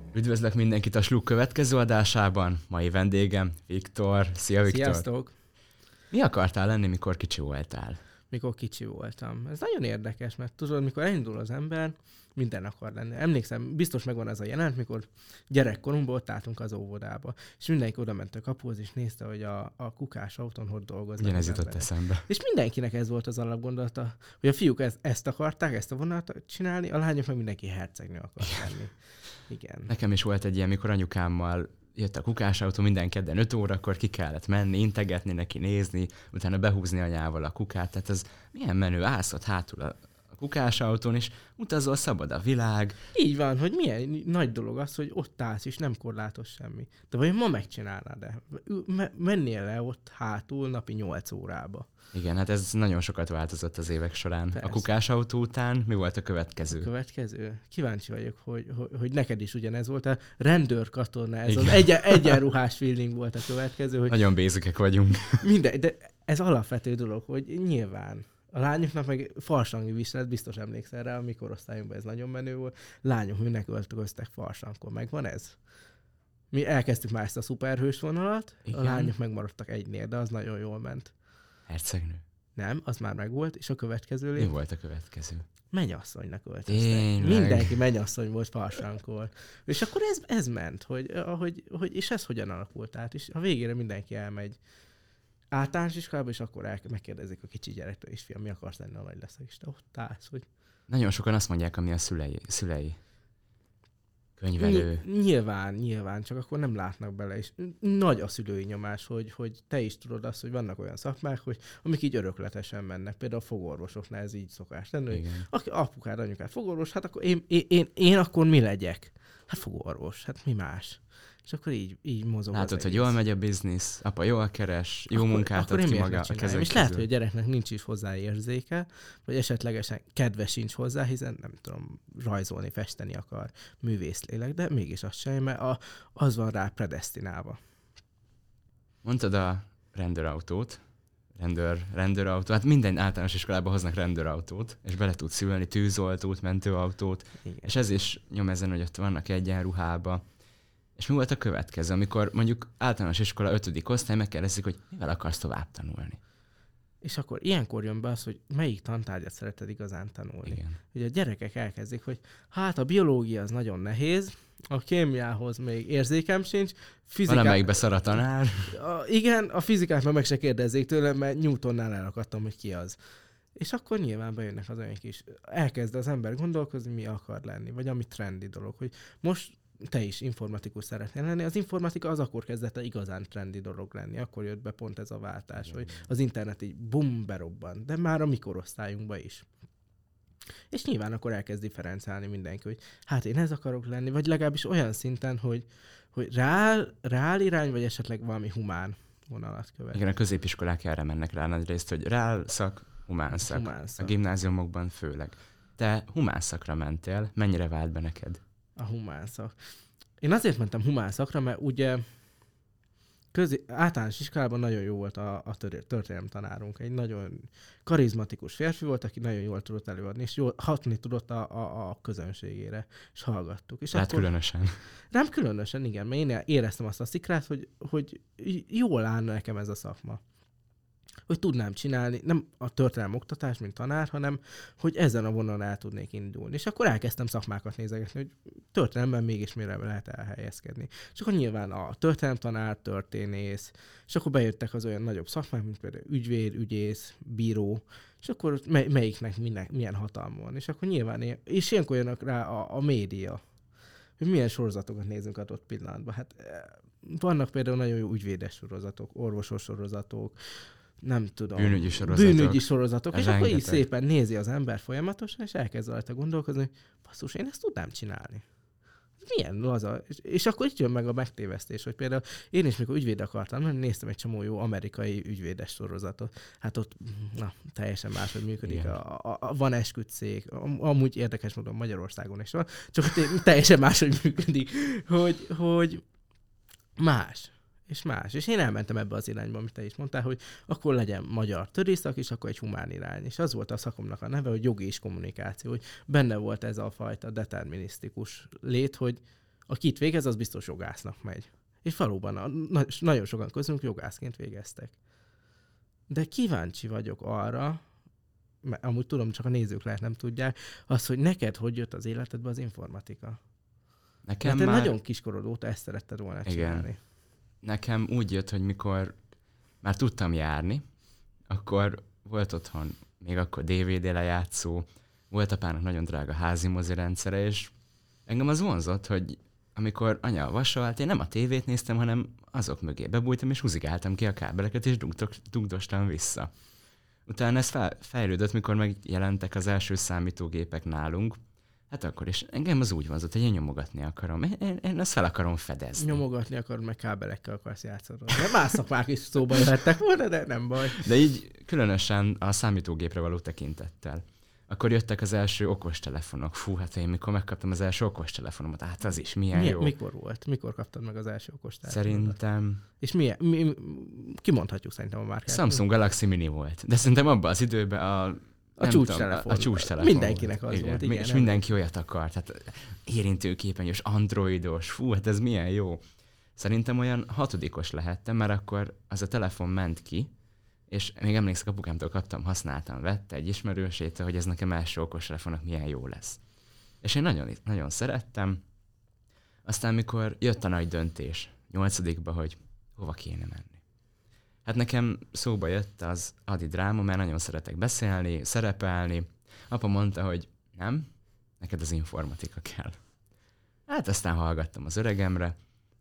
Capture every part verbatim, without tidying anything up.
Üdvözlök mindenkit a Slug következő adásában. Mai vendégem Viktor. Szia, Viktor! Sziasztok! Mi akartál lenni, mikor kicsi voltál? Mikor kicsi voltam. Ez nagyon érdekes, mert tudod, mikor elindul az ember, minden akar lenni. Emlékszem, biztos megvan ez a jelent, mikor gyerekkorunkban ott álltunk az óvodába, és mindenki oda ment a kapuhoz, és nézte, hogy a, a kukás autón hogy dolgoznak. Igen, ez jutott eszembe. És mindenkinek ez volt az alapgondolata, hogy a fiúk ezt, ezt akarták, ezt a vonalat csinálni, a lányok meg mindenki hercegnő akart lenni. Igen. Nekem is volt egy ilyen, mikor anyukámmal jött a kukásautó, minden kedden öt órakor ki kellett menni, integetni neki, nézni, utána behúzni anyával a kukát. Tehát ez milyen menő, állsz ott hátul a kukásautón, és utazol, szabad a világ. Így van, hogy milyen nagy dolog az, hogy ott állsz, és nem korlátos semmi. De vagy ma megcsinálnád-e? Mennél le ott hátul napi nyolc órába. Igen, hát ez nagyon sokat változott az évek során. Persze. A kukásautó után mi volt a következő? A következő? Kíváncsi vagyok, hogy, hogy, hogy neked is ugyanez volt. A rendőrkatona, ez Igen. az egyen, egyenruhás feeling volt a következő. Hogy nagyon basicek vagyunk. Minden, de ez alapvető dolog, hogy nyilván a lányoknak meg farsangi viselet, biztos emlékszel rá, a mi korosztályunkban ez nagyon menő volt. Lányok mindenki öltöztek farsangkor. Megvan ez? Mi elkezdtük már ezt a szuperhős vonalat, igen. A lányok megmaradtak egynél, de az nagyon jól ment. Hercegnő? Nem, az már megvolt, és a következő lép. Mi volt a következő? Mennyasszonynak öltöztek. Tényleg. Mindenki mennyasszony volt farsankor. És akkor ez, ez ment, hogy, hogy, hogy, és ez hogyan alakult át. És a végére mindenki elmegy általános iskolába, és akkor el, megkérdezik a kicsi gyerektől, és fiam, mi akarsz lenni, ha nagy leszek, és te ott állsz, hogy... Nagyon sokan azt mondják, ami a szülei. szülei. Könyvelő. Nyilván, nyilván, csak akkor nem látnak bele, és nagy a szülői nyomás, hogy, hogy te is tudod azt, hogy vannak olyan szakmák, hogy amik így örökletesen mennek. Például a fogorvosoknál ez így szokás lenni, hogy apukád, anyukád fogorvos, hát akkor én, én, én, én akkor mi legyek? Hát fogorvos, hát mi más? És akkor így, így mozog. Látod, hogy jól megy a biznisz, apa jól keres, jó akkor, munkát akkor ad ki maga a kezek és lehet, hogy a gyereknek nincs is hozzá érzéke, vagy esetlegesen kedve sincs hozzá, hiszen nem tudom, rajzolni, festeni akar, művészlélek, de mégis az sem, mert a, az van rá predesztinálva. Mondtad a rendőrautót, rendőr, rendőrautó, hát minden általános iskolában hoznak rendőrautót, és bele tudsz ülni tűzoltót, mentőautót, igen. És ez is nyom ezen, hogy ott vannak egyenruhába. És mi volt a következő, amikor mondjuk általános iskola ötödik osztály megkérdezik, hogy mivel akarsz tovább tanulni? És akkor ilyenkor jön be az, hogy melyik tantárgyat szereted igazán tanulni. Igen. Ugye a gyerekek elkezdik, hogy hát a biológia az nagyon nehéz, a kémiához még érzékem sincs, fizikát... Valamelyikbe szar a tanár. A, igen, a fizikát már meg se kérdezzék tőlem, mert Newtonnál elakadtam, hogy ki az. És akkor nyilván bejönnek az olyanok is. Elkezd az ember gondolkozni, mi akar lenni, vagy ami trendi dolog, hogy most te is informatikus szeretnél lenni. Az informatika az akkor kezdett el igazán trendi dolog lenni. Akkor jött be pont ez a váltás, igen. Hogy az internet így bum, berobban. De már a mi korosztályunkban is. És nyilván akkor elkezd differenciálni mindenki, hogy hát én ez akarok lenni, vagy legalábbis olyan szinten, hogy, hogy reál, reál irány, vagy esetleg valami humán vonalat követ. Igen, a középiskolák erre mennek rá nagy részt, hogy reál szak, humán szak. Humán szak. A gimnáziumokban főleg. Te humán szakra mentél, mennyire vált be neked? A humán szak. Én azért mentem humán szakra, mert ugye közé, általános iskolában nagyon jó volt a, a történelem tanárunk. Egy nagyon karizmatikus férfi volt, aki nagyon jól tudott előadni, és jól hatni tudott a, a, a közönségére, és hallgattuk. És hát akkor, különösen. Nem különösen, igen, mert én éreztem azt a szikrát, hogy, hogy jól állna nekem ez a szakma. Hogy tudnám csinálni, nem a történelem oktatás, mint tanár, hanem hogy ezen a vonalon el tudnék indulni. És akkor elkezdtem szakmákat nézegetni, hogy történelemben mégis mire lehet elhelyezkedni. És akkor nyilván a történelem tanár, történész, és akkor bejöttek az olyan nagyobb szakmák, mint például ügyvéd, ügyész, bíró, és akkor mely, melyiknek milyen, milyen hatalma van. És akkor nyilván, és ilyenkor jönnek rá a, a média, hogy milyen sorozatokat nézünk adott pillanatban. Hát vannak például nagyon jó ügyvédes sorozatok, orvosos sorozatok, nem tudom. Bűnügyi sorozatok. Bűnügyi sorozatok. És rengeteg. akkor így szépen nézi az ember folyamatosan, és elkezd rajta gondolkozni, hogy basszus, én ezt tudnám csinálni. Milyen laza. És, és akkor itt jön meg a megtévesztés, hogy például én is, mikor ügyvéd akartam, néztem egy csomó jó amerikai ügyvédes sorozatot. Hát ott na, teljesen máshogy működik. A, a, a, van esküdtszék, amúgy érdekes módon Magyarországon is van, csak teljesen máshogy működik, hogy, hogy más. És más. És én elmentem ebbe az irányba, amit te is mondtál, hogy akkor legyen magyar törészak, és akkor egy humán irány. És az volt a szakomnak a neve, hogy jogi és kommunikáció, hogy benne volt ez a fajta determinisztikus lét, hogy aki itt végez, az biztos jogásznak megy. És valóban a, na, nagyon sokan közünk jogászként végeztek. De kíváncsi vagyok arra, mert amúgy tudom, csak a nézők lehet nem tudják, az, hogy neked hogy jött az életedbe az informatika. Nekem Mert te már... nagyon kiskorod óta ezt szeretted volna csinálni. Igen. Nekem úgy jött, hogy mikor már tudtam járni, akkor volt otthon még akkor dé vé dé lejátszó, volt apának nagyon drága házi mozi rendszere, és engem az vonzott, hogy amikor anya vasolt, én nem a tévét néztem, hanem azok mögé bebújtam, és húzigáltam ki a kábeleket, és dugdok, dugdostam vissza. Utána ez fel, fejlődött, mikor megjelentek az első számítógépek nálunk, hát akkor is engem az úgy vonzott, hogy én nyomogatni akarom. Én, én, én ezt fel akarom fedezni. Nyomogatni akarod, meg kábelekkel akarsz játszani. De más szakmák is szóba jöhettek volna, de nem baj. De így különösen a számítógépre való tekintettel. Akkor jöttek az első okostelefonok. Fú, hát én mikor megkaptam az első okostelefonomat, hát az is milyen Milyen, jó. Mikor volt? Mikor kaptad meg az első okostelefonodat? Szerintem... És milyen? Mi, kimondhatjuk szerintem a márkát. Samsung Galaxy Mini volt. De szerintem abban az időben a... A csúcstelefon. A, a csúcstelefon. Mindenkinek az igen. volt. Igen, és nem mindenki olyat akart. Hát érintőképernyős, androidos. Fú, hát ez milyen jó. Szerintem olyan hatodikos lehettem, mert akkor az a telefon ment ki, és még emlékszek, apukámtól kaptam, használtam, vette egy ismerősétől, hogy ez nekem első okostelefonok milyen jó lesz. És én nagyon, nagyon szerettem. Aztán, mikor jött a nagy döntés, nyolcadikba, hogy hova kéne menni. Hát nekem szóba jött az adi dráma, mert nagyon szeretek beszélni, szerepelni. Apa mondta, hogy nem, neked az informatika kell. Hát aztán hallgattam az öregemre,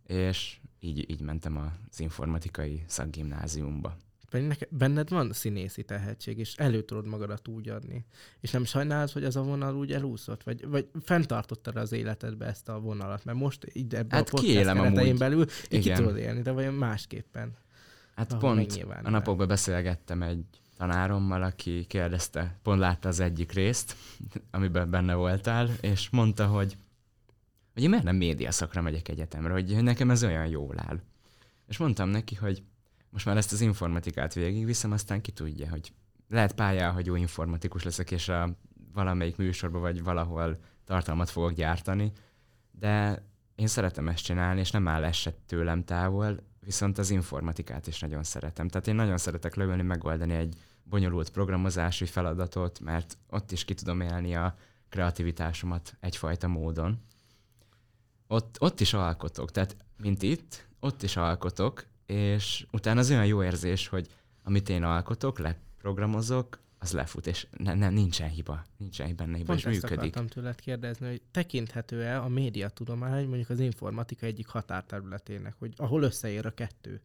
és így, így mentem az informatikai szakgimnáziumba. Benned van színészi tehetség, és elő tudod magadat úgy adni. És nem sajnálod, hogy az a vonal úgy elúszott? Vagy, vagy fenntartottad az életedbe ezt a vonalat? Mert most így ebben hát a podcast keretein belül így ki tudod élni, de vajon másképpen? Hát pont a napokban beszélgettem egy tanárommal, aki kérdezte, pont látta az egyik részt, amiben benne voltál, és mondta, hogy, hogy én miért nem média szakra megyek egyetemre, hogy nekem ez olyan jól áll. És mondtam neki, hogy most már ezt az informatikát végigviszem, aztán ki tudja, hogy lehet pályáhagyó informatikus leszek, és a valamelyik műsorban vagy valahol tartalmat fogok gyártani, de én szeretem ezt csinálni, és nem áll ez se tőlem távol, viszont az informatikát is nagyon szeretem. Tehát én nagyon szeretek leülni, megoldani egy bonyolult programozási feladatot, mert ott is ki tudom élni a kreativitásomat egyfajta módon. Ott, ott is alkotok, tehát mint itt, ott is alkotok, és utána az olyan jó érzés, hogy amit én alkotok, leprogramozok, az lefut, és ne, ne, nincsen hiba, nincsen benne hiba, Pont és ezt működik. akartam tőled kérdezni, hogy tekinthető-e a médiatudomány mondjuk az informatika egyik határterületének, hogy ahol összeér a kettő?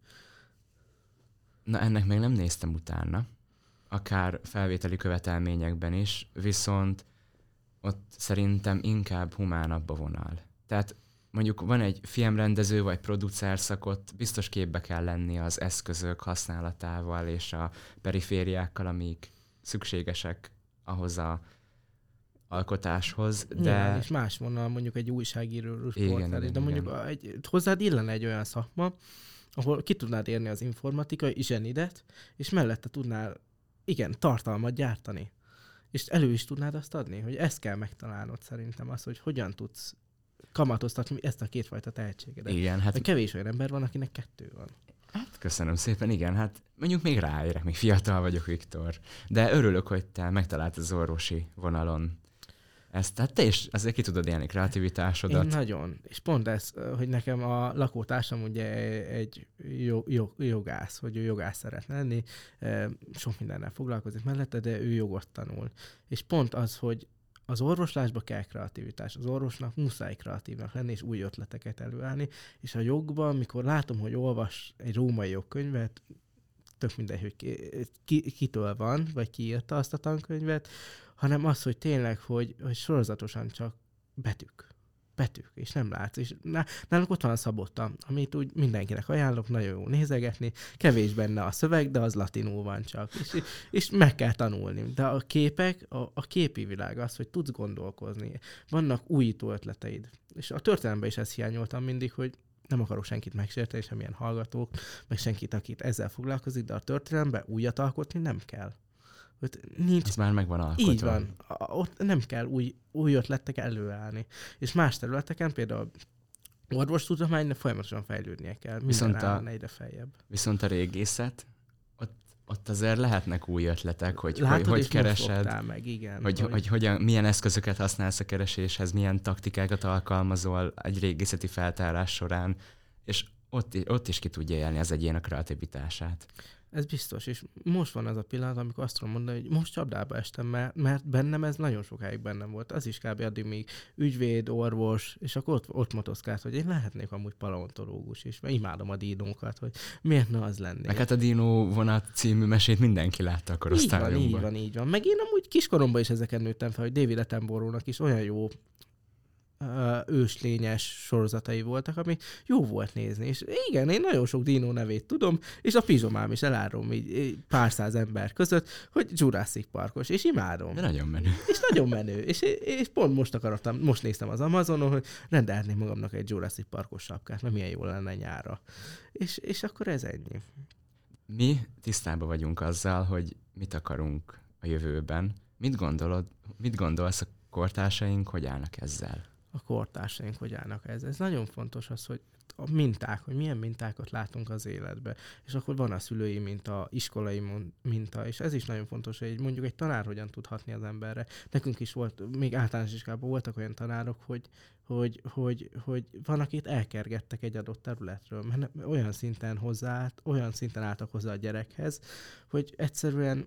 Na, ennek még nem néztem utána, akár felvételi követelményekben is, viszont ott szerintem inkább humánabb a vonal. Tehát mondjuk van egy filmrendező vagy producer szakot, biztos képbe kell lenni az eszközök használatával és a perifériákkal, amik szükségesek ahhoz a alkotáshoz, de... Nyilván, és más vonal mondjuk egy újságíró riporter, de mondjuk igen. Egy, hozzád illene egy olyan szakma, ahol ki tudnád érni az informatikai zsenidet, és mellette tudnál, igen, tartalmat gyártani. És elő is tudnád azt adni, hogy ezt kell megtalálnod szerintem, az, hogy hogyan tudsz kamatoztatni ezt a kétfajta tehetségedet. Igen, hát... De kevés olyan ember van, akinek kettő van. Hát köszönöm szépen, igen, hát mondjuk még ráérek, még fiatal vagyok, Viktor. De örülök, hogy te megtaláltad az orvosi vonalon ezt. Tehát te is azért ki tudod élni kreativitásodat. Én nagyon. És pont ez, hogy nekem a lakótársam ugye egy jog, jog, jogász, hogy ő jogász szeretne lenni, sok mindennel foglalkozik mellette, de ő jogot tanul. És pont az, hogy az orvoslásba kell kreativitás. Az orvosnak muszáj kreatívnak lenni, és új ötleteket előállni. És a jogban, mikor látom, hogy olvas egy római jogkönyvet, tök mindegy, hogy ki, ki, kitől van, vagy ki írta azt a tankönyvet, hanem az, hogy tényleg, hogy, hogy sorozatosan csak betűk. Betűk, és nem látsz. És nálunk ott van a Szabotta, amit úgy mindenkinek ajánlok, nagyon jó nézegetni, kevés benne a szöveg, de az latinul van csak. És, és meg kell tanulni. De a képek, a, a képi világ az, hogy tudsz gondolkozni. Vannak újító ötleteid. És a történelemben is ezt hiányoltam mindig, hogy nem akarok senkit megsérteni, semmilyen hallgatók, meg senkit, akit ezzel foglalkozik, de a történelemben újat alkotni nem kell. Nincs. Ez már megvan alkotva. Így van. Ott nem kell új, új ötletek előállni. És más területeken, például orvostudománynak folyamatosan fejlődnie kell. Minden áron egyre feljebb. Viszont a régészet, ott, ott azért lehetnek új ötletek, hogy Látod, hogy, hogy keresed, meg, igen, hogy, hogy, hogy hogyan, milyen eszközöket használsz a kereséshez, milyen taktikákat alkalmazol egy régészeti feltárás során, és ott, ott is ki tudja élni az egyén a kreativitását. Ez biztos, és most van az a pillanat, amikor azt tudom mondani, hogy most csapdába estem, mert, mert bennem ez nagyon sokáig bennem volt. Az is kb. Addig még ügyvéd, orvos, és akkor ott, ott motoszkált, hogy én lehetnék amúgy paleontológus is, mert imádom a dinókat, hogy miért ne az lennék. Meg hát a Dino vonat című mesét mindenki látta a korosztályunkban. Így van, így van, így van. Meg én amúgy kiskoromban is ezeken nőttem fel, hogy David Attenborough-nak is olyan jó őslényes sorozatai voltak, ami jó volt nézni. És igen, én nagyon sok dinó nevét tudom, és a pizsomám is elárom így pár száz ember között, hogy Jurassic Parkos, és imádom. De nagyon menő. És nagyon menő. És, és pont most akartam, most néztem az Amazonon, hogy rendelnék magamnak egy Jurassic Parkos sapkát, mert milyen jó lenne nyára. És, és akkor ez ennyi. Mi tisztában vagyunk azzal, hogy mit akarunk a jövőben. Mit gondolod, mit gondolsz a kortársaink, hogy állnak ezzel? A kortársaink hogy állnak ez. Ez nagyon fontos az, hogy a minták, hogy milyen mintákat látunk az életbe. És akkor van a szülői minta, iskolai minta, és ez is nagyon fontos, hogy mondjuk egy tanár hogyan tud hatni az emberre. Nekünk is volt, még általános iskolában voltak olyan tanárok, hogy, hogy, hogy, hogy van, akit elkergettek egy adott területről, mert olyan szinten hozzáállt, olyan szinten álltak hozzá a gyerekhez, hogy egyszerűen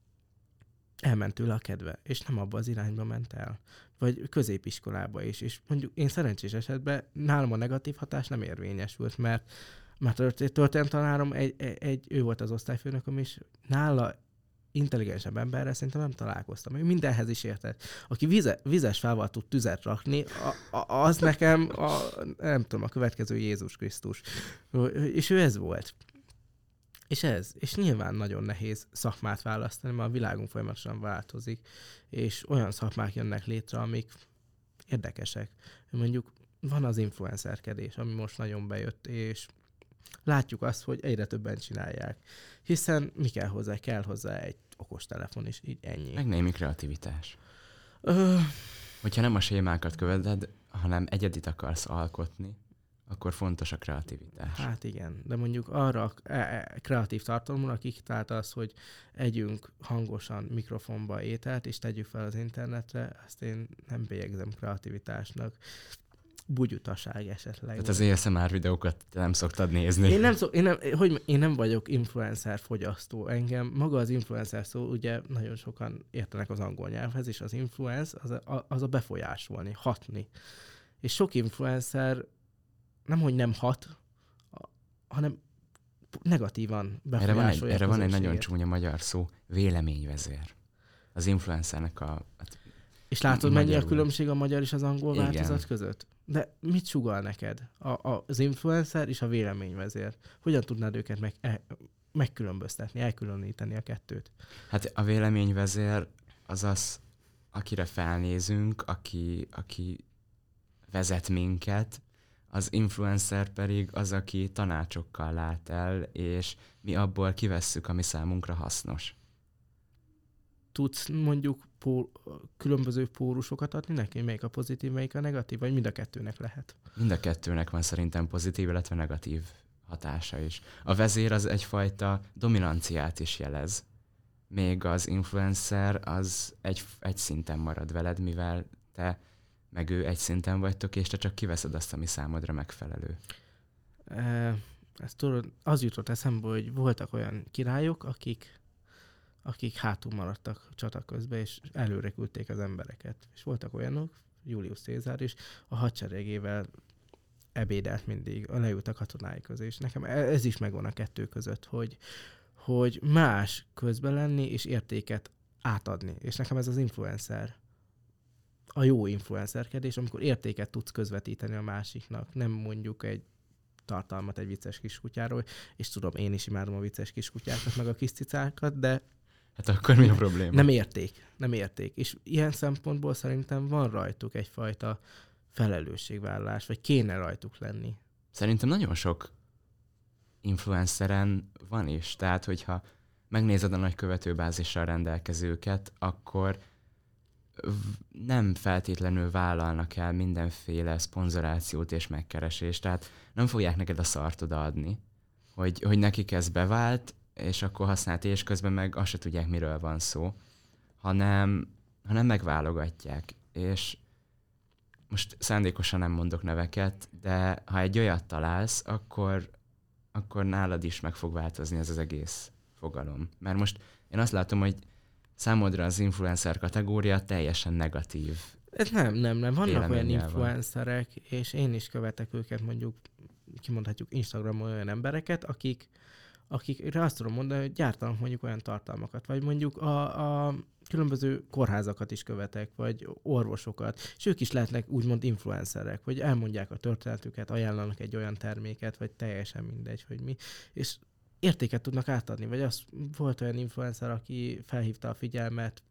elment tőle a kedve, és nem abba az irányba ment el. Vagy középiskolába is. És mondjuk én szerencsés esetben nálam a negatív hatás nem érvényesült, mert, mert a történelmi tanárom, egy, egy, egy, ő volt az osztályfőnököm, és nála intelligensebb emberrel szerintem nem találkoztam. Ő mindenhez is értett. Aki vize, vizes fával tud tüzet rakni, a, a, az nekem a, nem tudom, a következő Jézus Krisztus. És ő ez volt. És ez, és nyilván nagyon nehéz szakmát választani, mert a világunk folyamatosan változik, és olyan szakmák jönnek létre, amik érdekesek. Mondjuk van az influencerkedés, ami most nagyon bejött, és látjuk azt, hogy egyre többen csinálják. Hiszen mi kell hozzá? Kell hozzá egy okostelefon is, így ennyi. Meg némi kreativitás. Ö... Hogyha nem a sémákat követed, hanem egyedit akarsz alkotni, akkor fontos a kreativitás. Hát igen, de mondjuk arra a kreatív tartalomra kitalált az, hogy együnk hangosan mikrofonba ételt, és tegyük fel az internetre, azt én nem bélyegzem kreativitásnak. Bugyutaság esetleg. Tehát az á es em er videókat nem szoktad nézni. Én nem, szok, én, nem, hogy én nem vagyok influencer fogyasztó. Engem maga az influencer szó, ugye nagyon sokan értenek az angol nyelvhez, és az influence az a, az a befolyásolni, hatni. És sok influencer nem, hogy nem hat, hanem negatívan befolyásolja. Erre van egy, erre van egy nagyon csúnya magyar szó, véleményvezér. Az influencernek a... Hát, és látod, mennyi a különbség a magyar és az angol igen. változat között? De mit sugal neked a, a, az influencer és a véleményvezér? Hogyan tudnád őket meg, el, megkülönböztetni, elkülöníteni a kettőt? Hát a véleményvezér az az, akire felnézünk, aki, aki vezet minket, az influencer pedig az, aki tanácsokkal lát el, és mi abból kivesszük, ami számunkra hasznos. Tudsz mondjuk pól, különböző pólusokat adni neki? Melyik a pozitív, melyik a negatív? Vagy mind a kettőnek lehet? Mind a kettőnek van szerintem pozitív, illetve negatív hatása is. A vezér az egyfajta dominanciát is jelez. Még az influencer az egy, egy szinten marad veled, mivel te meg ő egy szinten vagytok, és te csak kiveszed azt, ami számodra megfelelő. E, ezt tudod, az jutott eszembe, hogy voltak olyan királyok, akik, akik hátul maradtak csata közben, és előre küldték az embereket. És voltak olyanok, Julius Cézár is, a hadseregével ebédelt mindig, leült a katonái közé, és nekem ez is megvan a kettő között, hogy, hogy más közben lenni, és értéket átadni. És nekem ez az influencer. A jó influencerkedés, amikor értéket tudsz közvetíteni a másiknak, nem mondjuk egy tartalmat egy vicces kiskutyáról, és tudom, én is imádom a vicces kiskutyákat, meg a kis cicákat, de hát akkor mi a probléma? Nem érték, nem érték. És ilyen szempontból szerintem van rajtuk egyfajta felelősségvállalás, vagy kéne rajtuk lenni. Szerintem nagyon sok influenceren van is, tehát hogyha megnézed a nagy követőbázissal rendelkezőket, akkor nem feltétlenül vállalnak el mindenféle szponzorációt és megkeresést, tehát nem fogják neked a szart odaadni, hogy, hogy nekik ez bevált, és akkor használt, és közben meg azt se tudják, miről van szó, hanem, hanem megválogatják. És most szándékosan nem mondok neveket, de ha egy olyat találsz, akkor, akkor nálad is meg fog változni ez az egész fogalom. Mert most én azt látom, hogy számodra az influencer kategória teljesen negatív. Ez nem, nem, nem. Vannak olyan Véleménnyel influencerek, és én is követek őket, mondjuk kimondhatjuk Instagramon olyan embereket, akik, akikre azt tudom mondani, hogy gyártanak mondjuk olyan tartalmakat, vagy mondjuk a, a különböző kórházakat is követek, vagy orvosokat, és ők is lehetnek úgymond influencerek, hogy elmondják a történetüket, ajánlanak egy olyan terméket, vagy teljesen mindegy, hogy mi, és értéket tudnak átadni, vagy az volt olyan influencer, aki felhívta a figyelmet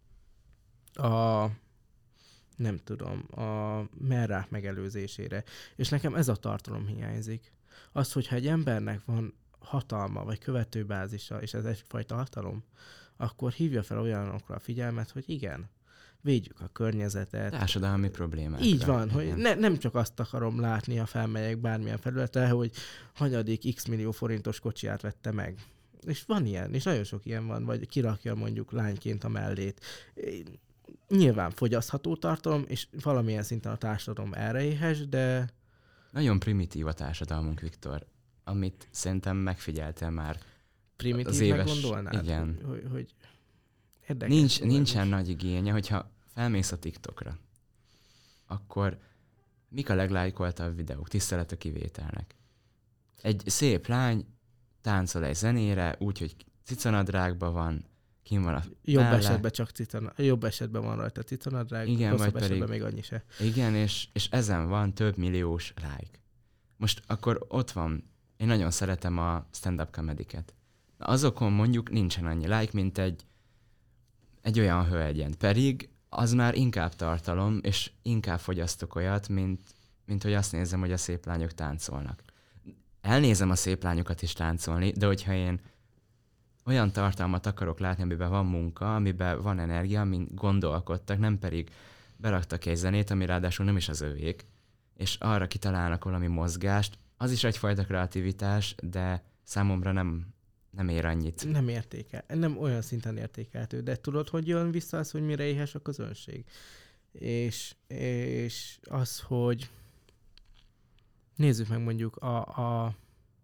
a nem tudom, a merrák megelőzésére. És nekem ez a tartalom hiányzik. Az, hogyha egy embernek van hatalma, vagy követőbázisa, és ez egyfajta hatalom, akkor hívja fel olyanokra a figyelmet, hogy igen, védjük a környezetet. Társadalmi problémák. Így van, igen. Hogy ne, nem csak azt akarom látni, ha felmegyek bármilyen felületre, hogy hanyadik x millió forintos kocsiját vette meg. És van ilyen, és nagyon sok ilyen van, vagy kirakja mondjuk lányként a mellét. Nyilván fogyasztható tartalom, és valamilyen szinten a társadalom erre éhes, de... Nagyon primitív a társadalmunk, Viktor, amit szerintem megfigyeltél már. Primitívnek gondolnád? Igen. Hogy, hogy Nincs, nincsen nagy igénye, hogyha felmész a TikTokra, akkor mik a leglájkoltabb videók, tisztelet a kivételnek? Egy szép lány táncol egy zenére, úgyhogy cicanadrágban van, kim van a Jobb pelle. esetben csak cicana, jobb esetben van rajta cicanadrág, igen, rosszabb vagy esetben pedig, még annyi se. Igen, és, és ezen van több milliós like. Most akkor ott van, én nagyon szeretem a stand-up comedy-ket. Azokon mondjuk nincsen annyi like, mint egy, egy olyan hölgyen. Pedig az már inkább tartalom, és inkább fogyasztok olyat, mint, mint hogy azt nézem, hogy a szép lányok táncolnak. Elnézem a szép lányokat is táncolni, de hogyha én olyan tartalmat akarok látni, amiben van munka, amiben van energia, amin gondolkodtak, nem pedig beraktak egy zenét, ami ráadásul nem is az övék, és arra kitalálnak valami mozgást, az is egyfajta kreativitás, de számomra nem, nem ér annyit. Nem értékel, nem olyan szinten értékelhető, de tudod, hogy jön vissza az, hogy mire éhes a közönség? És, és az, hogy nézzük meg mondjuk a, a,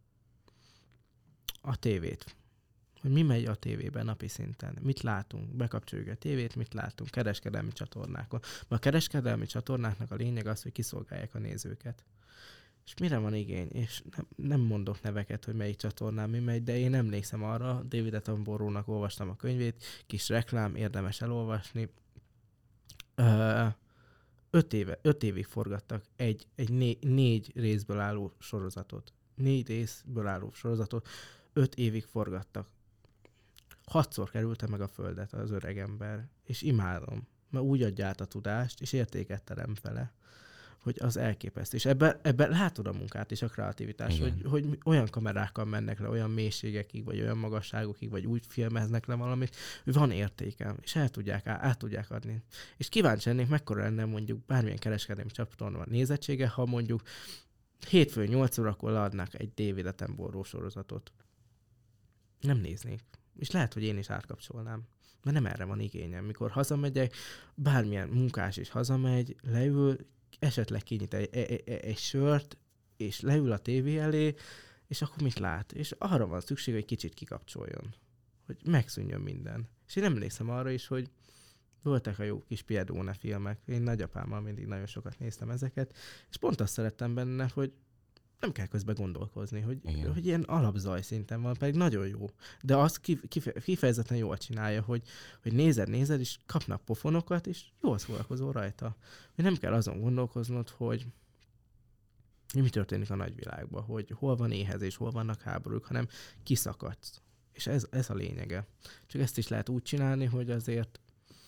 a tévét. Hogy mi megy a tévében napi szinten. Mit látunk? Bekapcsoljuk a tévét, mit látunk? Kereskedelmi csatornákon. Ma a kereskedelmi csatornáknak a lényeg az, hogy kiszolgálják a nézőket. És mire van igény? És nem, nem mondok neveket, hogy melyik csatornán mi megy, de én emlékszem arra, David Attenborough-nak olvastam a könyvét, kis reklám, érdemes elolvasni. Ö, öt, éve, öt évig forgattak egy, egy né, négy részből álló sorozatot. Négy részből álló sorozatot. Öt évig forgattak. Hatszor kerülte meg a földet az öreg ember, és imádom, mert úgy adja át a tudást, és értéket terem vele, hogy az elképesztő. És ebben, ebben látod a munkát és a kreativitást, hogy, hogy olyan kamerákkal mennek le olyan mélységekig, vagy olyan magasságokig, vagy úgy filmeznek le valamit, hogy van értékem, és el tudják, át tudják adni. És kíváncsi lennék, mekkora lenne mondjuk bármilyen kereskedelmi csatorna nézettsége, ha mondjuk hétfőn nyolc órakor leadnak egy David Attenborough sorozatot. Nem néznék. És lehet, hogy én is átkapcsolnám. Mert nem erre van igényem. Mikor hazamegyek, bármilyen munkás is hazamegy, leül, esetleg kinyit egy, egy, egy, egy sört, és leül a tévé elé, és akkor mit lát? És arra van szükség, hogy kicsit kikapcsoljon. Hogy megszűnjön minden. És én emlékszem arra is, hogy voltak a jó kis Piedone filmek. Én nagyapámmal mindig nagyon sokat néztem ezeket, és pont azt szerettem benne, hogy nem kell közben gondolkozni, hogy, hogy ilyen alapzaj szinten van, pedig nagyon jó. De azt kif- kifejezetten jól csinálja, hogy, hogy nézed, nézed, és kapnak pofonokat, és jól szórakozol rajta. Hogy nem kell azon gondolkoznod, hogy mi történik a nagyvilágban, hogy hol van éhezés, hol vannak háborúk, hanem kiszakadsz. És ez, ez a lényege. Csak ezt is lehet úgy csinálni, hogy azért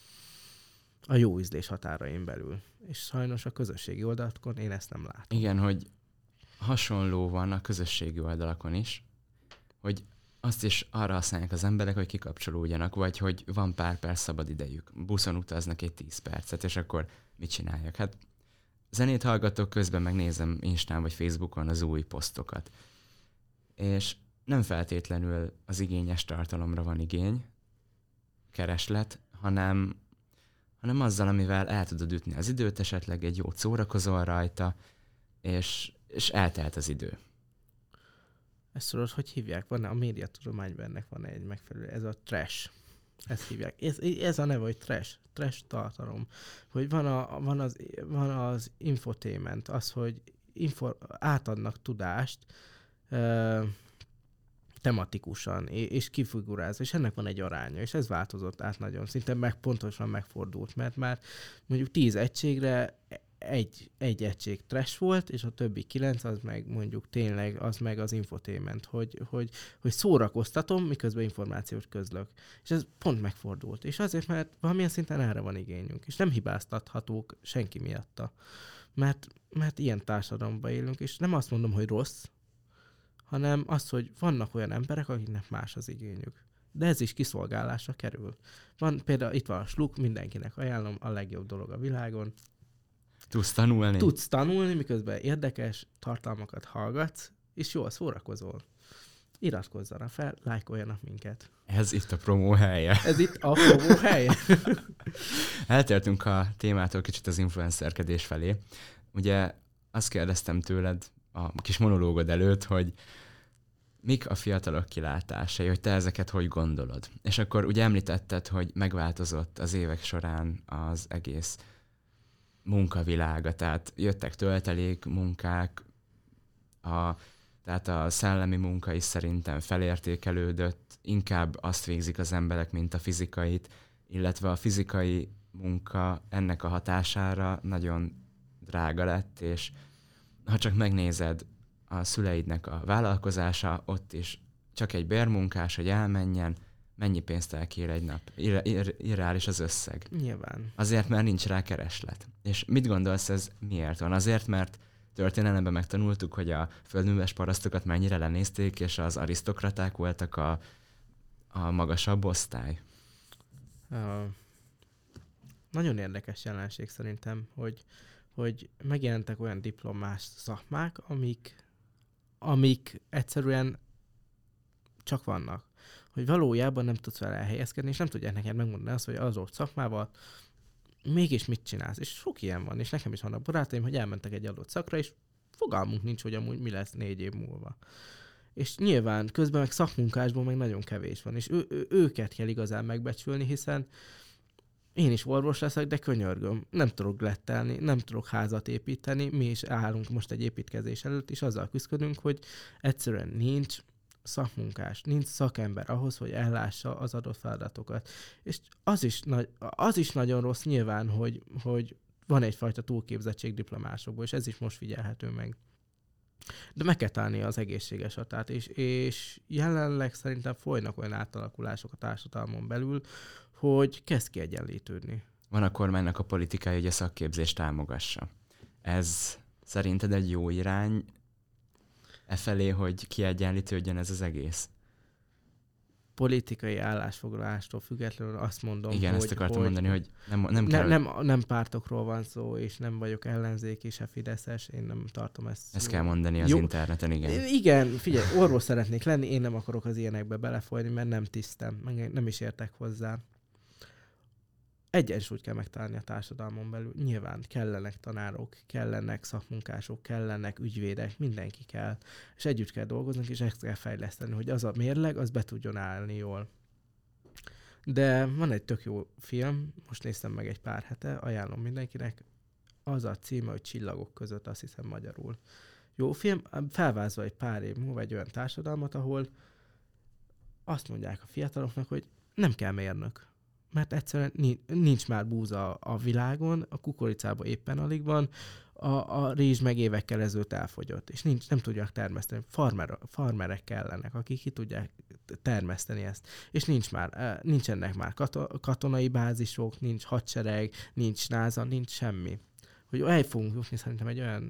a jó ízlés határain belül. És sajnos a közösségi oldalakon én ezt nem látom. Igen, hogy hasonló van a közösségi oldalakon is, hogy azt is arra használják az emberek, hogy kikapcsolódjanak, vagy hogy van pár perc szabad idejük. Buszon utaznak egy tíz percet, és akkor mit csináljak? Hát zenét hallgatok, közben megnézem Instán vagy Facebookon az új posztokat. És nem feltétlenül az igényes tartalomra van igény, kereslet, hanem, hanem azzal, amivel el tudod ütni az időt, esetleg egy jót szórakozol rajta, és, és eltelt az idő. Ezt tudod, hogy hívják? Van a médiatudományban ennek van egy megfelelő, ez a trash. Ezt hívják. Ez, ez a neve, hogy trash. Trash tartalom. Hogy van, a, van, az, van az infotainment, az, hogy info, átadnak tudást uh, tematikusan, és kifigurázva, és ennek van egy aránya, és ez változott át nagyon. Szinte meg pontosan megfordult, mert már mondjuk tíz egységre egy, egy egység trash volt, és a többi kilenc az meg mondjuk tényleg az meg az infotainment, hogy, hogy, hogy szórakoztatom, miközben információt közlök. És ez pont megfordult. És azért, mert valamilyen szinten erre van igényünk, és nem hibáztathatók senki miatta. Mert, mert ilyen társadalomban élünk, és nem azt mondom, hogy rossz, hanem az, hogy vannak olyan emberek, akiknek más az igényük. De ez is kiszolgálásra kerül. Van például, itt van a Sluk, mindenkinek ajánlom, a legjobb dolog a világon. Tudsz tanulni? Tudsz tanulni, miközben érdekes tartalmakat hallgatsz, és jól szórakozol. Iratkozzanak fel, lájkoljanak minket. Ez itt a promó helye. Ez itt a promó helye. Eltértünk a témától kicsit az influencerkedés felé. Ugye azt kérdeztem tőled a kis monológod előtt, hogy mik a fiatalok kilátásai, hogy te ezeket hogy gondolod. És akkor ugye említetted, hogy megváltozott az évek során az egész munkavilága, tehát jöttek töltelék munkák, a, tehát a szellemi munka is szerintem felértékelődött, inkább azt végzik az emberek, mint a fizikait, illetve a fizikai munka ennek a hatására nagyon drága lett, és ha csak megnézed a szüleidnek a vállalkozása, ott is csak egy bérmunkás, hogy elmenjen, mennyi pénzt elkér egy nap. Ir- ir- irreális az összeg. Nyilván. Azért, mert nincs rá kereslet. És mit gondolsz, ez miért van? Azért, mert történelemben megtanultuk, hogy a földműves parasztokat mennyire lenézték, és az arisztokraták voltak a, a magasabb osztály? Uh, nagyon érdekes jelenség szerintem, hogy, hogy megjelentek olyan diplomás szakmák, amik, amik egyszerűen csak vannak. Hogy valójában nem tudsz vele elhelyezkedni, és nem tudják neked megmondani azt, hogy az adott szakmával mégis mit csinálsz. És sok ilyen van, és nekem is vannak barátaim, hogy elmentek egy adott szakra, és fogalmunk nincs, hogy amúgy mi lesz négy év múlva. És nyilván közben meg szakmunkásból meg nagyon kevés van, és ő, ő, őket kell igazán megbecsülni, hiszen én is orvos leszek, de könyörgöm, nem tudok lettelni, nem tudok házat építeni, mi is állunk most egy építkezés előtt, és azzal küzdködünk, hogy egyszerűen nincs szakmunkás, nincs szakember ahhoz, hogy ellássa az adott feladatokat. És az is, nagy, az is nagyon rossz nyilván, hogy, hogy van egyfajta túlképzettség diplomásokból, és ez is most figyelhető meg. De meg kell találni az egészséges hatát, és, és jelenleg szerintem folynak olyan átalakulások a társadalmon belül, hogy kezd kiegyenlítődni. Van a kormánynak a politikája, hogy a szakképzést támogassa. Ez szerinted egy jó irány e felé, hogy kiegyenlítődjön ez az egész? Politikai állásfoglalástól függetlenül azt mondom, igen, hogy... ezt akartam hogy mondani, hogy nem, nem kell... Ne, nem, nem pártokról van szó, és nem vagyok ellenzéki, se fideszes, én nem tartom ezt... Ezt kell mondani az jó. Interneten, igen. Igen, figyelj, orvos szeretnék lenni, én nem akarok az ilyenekbe belefolyni, mert nem tisztem, meg nem is értek hozzá. Egyensúlyt kell megtalálni a társadalmon belül. Nyilván kellenek tanárok, kellenek szakmunkások, kellenek ügyvédek, mindenki kell. És együtt kell dolgoznunk, és ezt kell fejleszteni, hogy az a mérleg, az be tudjon állni jól. De van egy tök jó film, most néztem meg egy pár hete, ajánlom mindenkinek, az a címe, hogy Csillagok között, azt hiszem magyarul. Jó film, felvázol egy pár év múlva egy olyan társadalmat, ahol azt mondják a fiataloknak, hogy nem kell mérnök. Mert egyszerűen nincs már búza a világon, a kukoricában éppen alig van, a, a rizs meg évekkel ezelőtt elfogyott, és nincs, nem tudják termeszteni. Farmer, farmerek kellenek, akik ki tudják termeszteni ezt. És nincs már, nincsenek már katonai bázisok, nincs hadsereg, nincs NASA, nincs semmi. Hogy el fogunk jutni szerintem egy olyan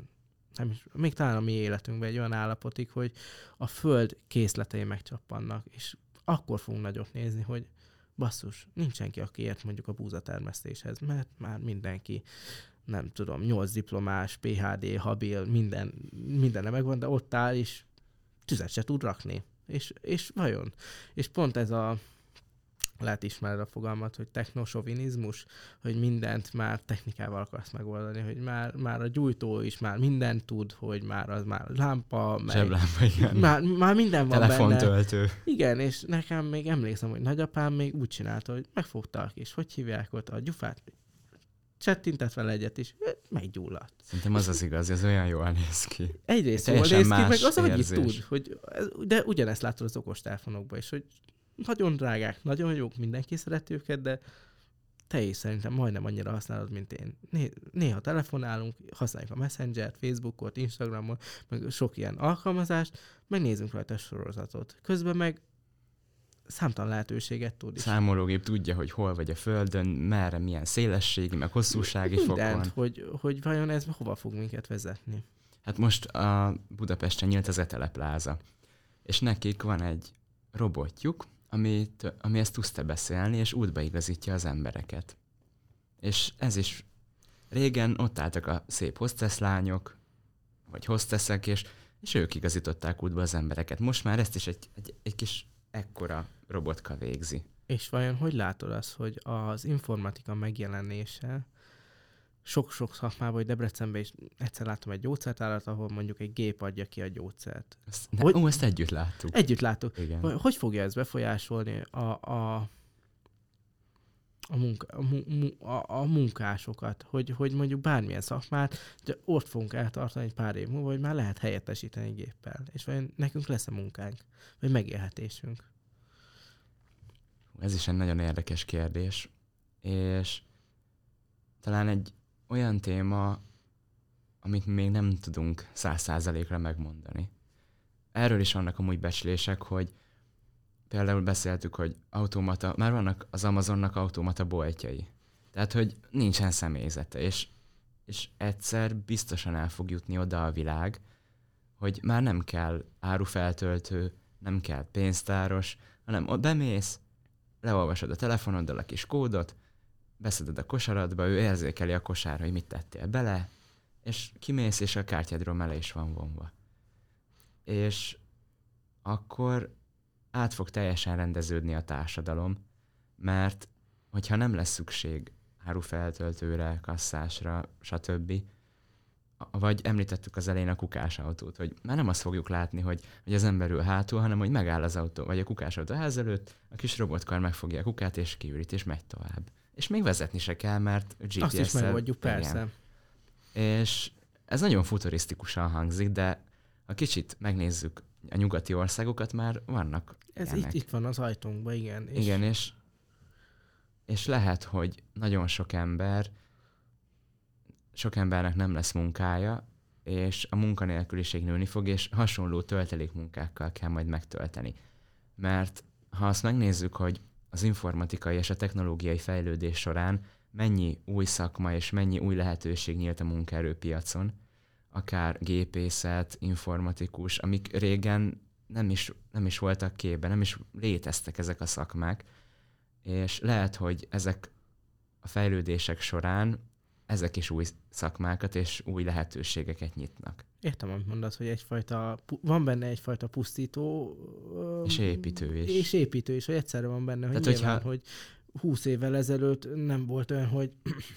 nem is, még talán a mi életünkben egy olyan állapotig, hogy a föld készletei megcsappannak, és akkor fogunk nagyot nézni, hogy basszus, nincs senki, aki ért mondjuk a búzatermesztéshez, mert már mindenki, nem tudom, nyolc diplomás, pé há dé, habil, minden, mindenre megvan, de ott áll, és tüzet se tud rakni. És, és vajon? És pont ez a, lehet ismered a fogalmat, hogy technosovinizmus, hogy mindent már technikával akarsz megoldani, hogy már, már a gyújtó is már mindent tud, hogy már az már lámpa, meg, zseblámpa, igen. Már, már minden van benne. Telefontöltő. Igen, és nekem még emlékszem, hogy nagyapám még úgy csinálta, hogy megfogta, és hogy hívják ott a gyufát, csettintett vele egyet is, meggyulladt. Szerintem az az igaz, ez olyan jól néz ki. Egyrészt jól néz ki, meg az, hogy tud, hogy, de ugyanezt látod az okostelefonokban is, hogy nagyon drágák, nagyon jók, mindenki szereti őket, de te is szerintem majdnem annyira használod, mint én. Néha telefonálunk, használjuk a Messengert, Facebookot, Instagramot, meg sok ilyen alkalmazást, megnézünk rajta a sorozatot. Közben meg számtalan lehetőséget tud is. Számológép tudja, hogy hol vagy a Földön, merre, milyen szélességi, meg hosszúsági mindent, fokon. hogy, hogy vajon ez hova fog minket vezetni. Hát most a Budapesten nyílt az Etele pláza, és nekik van egy robotjuk, ami, ami ezt tudsz beszélni, és útba igazítja az embereket. És ez is régen ott álltak a szép hostesslányok, vagy hosteszek, és, és ők igazították útba az embereket. Most már ezt is egy, egy, egy kis ekkora robotka végzi. És vajon hogy látod azt, hogy az informatika megjelenése sok-sok szakmában, hogy Debrecenben is egyszer láttam egy gyógyszertárat, ahol mondjuk egy gép adja ki a gyógyszert. Ezt, ne, hogy, ó, ezt együtt láttuk. Együtt láttuk. Igen. Hogy fogja ez befolyásolni a, a, a, munka, a, a, a munkásokat? Hogy, hogy mondjuk bármilyen szakmát, de ott fogunk eltartani egy pár év múlva, hogy már lehet helyettesíteni géppel. És vajon nekünk lesz a munkánk? Vagy megélhetésünk? Ez is egy nagyon érdekes kérdés. És talán egy olyan téma, amit még nem tudunk száz százalékra megmondani. Erről is vannak amúgy becslések, hogy például beszéltük, hogy automata, már vannak az Amazonnak automata boltjai. Tehát, hogy nincsen személyzete, és, és egyszer biztosan el fog jutni oda a világ, hogy már nem kell árufeltöltő, nem kell pénztáros, hanem ott bemész, leolvasod a telefonoddal a kis kódot, beszeded a kosaradba, ő érzékeli a kosárra, hogy mit tettél bele, és kimész, és a kártyádról mele is van vonva. És akkor át fog teljesen rendeződni a társadalom, mert hogyha nem lesz szükség árufeltöltőre, kasszásra, stb., vagy említettük az elején a kukásautót, hogy már nem azt fogjuk látni, hogy, hogy az ember ül hátul, hanem hogy megáll az autó, vagy a kukásautó ház előtt, a kis robotkar megfogja a kukát, és kiürít, és megy tovább. És még vezetni se kell, mert gé pé es-szel... Azt is megoldjuk, persze. És ez nagyon futurisztikusan hangzik, de ha kicsit megnézzük a nyugati országokat, már vannak Ez itt, itt van az ajtónkban, igen. És igen, és, és lehet, hogy nagyon sok ember, sok embernek nem lesz munkája, és a munkanélküliség nőni fog, és hasonló töltelékmunkákkal kell majd megtölteni. Mert ha azt megnézzük, hogy az informatikai és a technológiai fejlődés során mennyi új szakma és mennyi új lehetőség nyílt a munkaerőpiacon, akár gépészet, informatikus, amik régen nem is, nem is voltak képben, nem is léteztek ezek a szakmák, és lehet, hogy ezek a fejlődések során ezek is új szakmákat és új lehetőségeket nyitnak. Értem, amit mondasz, hogy egyfajta, van benne egyfajta pusztító... És építő is. És építő is, hogy egyszerre van benne, hogy Tehát, nyilván, hogyha... hogy húsz évvel ezelőtt nem volt olyan, hogy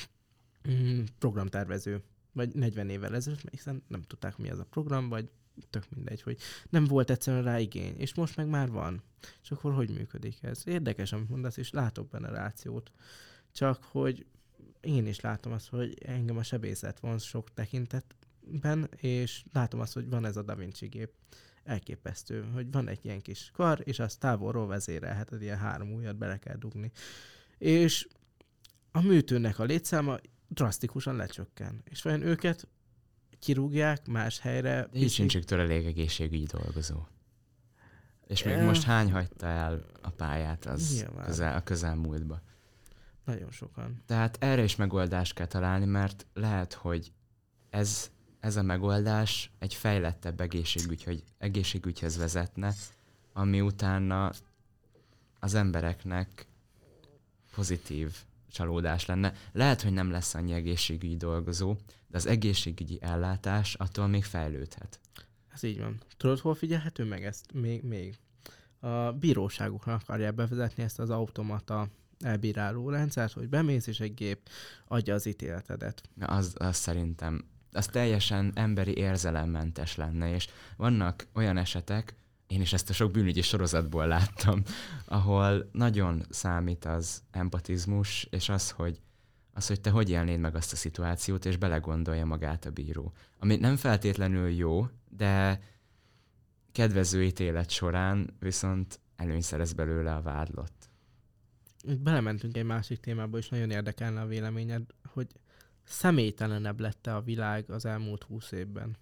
programtervező, vagy negyven évvel ezelőtt, hiszen nem tudták, mi az a program, vagy tök mindegy, hogy nem volt egyszerűen rá igény, és most meg már van. És akkor hogy működik ez? Érdekes, amit mondasz, és látok benne rációt. Csak, hogy én is látom azt, hogy engem a sebészet van sok tekintetben, és látom azt, hogy van ez a Da Vinci gép. Elképesztő, hogy van egy ilyen kis kar, és azt távolról vezérelheted, ilyen három ujjat bele kell dugni. És a műtőnek a létszáma drasztikusan lecsökken. És vajon őket kirúgják más helyre. De így sincs tőle elég egészségügyi dolgozó. És még e... most hány hagyta el a pályát az közel, a közelmúltba? Nagyon sokan. Tehát erre is megoldást kell találni, mert lehet, hogy ez ez a megoldás egy fejlettebb egészségügy, hogy egészségügyhez vezetne, ami utána az embereknek pozitív csalódás lenne. Lehet, hogy nem lesz annyi egészségügyi dolgozó, de az egészségügyi ellátás attól még fejlődhet. Ez így van. Tudod, hol figyelhető meg ezt? Még, még. A bíróságoknak akarják bevezetni ezt az automata elbíráló rendszert, hogy bemész és egy gép adja az ítéletedet. Na, az, az szerintem, az teljesen emberi érzelemmentes lenne, és vannak olyan esetek, én is ezt a sok bűnügyi sorozatból láttam, ahol nagyon számít az empatizmus, és az, hogy, az, hogy te hogy élnéd meg azt a szituációt, és belegondolja magát a bíró. Ami nem feltétlenül jó, de kedvező ítélet során viszont előny szerez belőle a vádlott. Itt belementünk egy másik témába, és nagyon érdekelne a véleményed, hogy személytelenebb lett-e a világ az elmúlt húsz évben?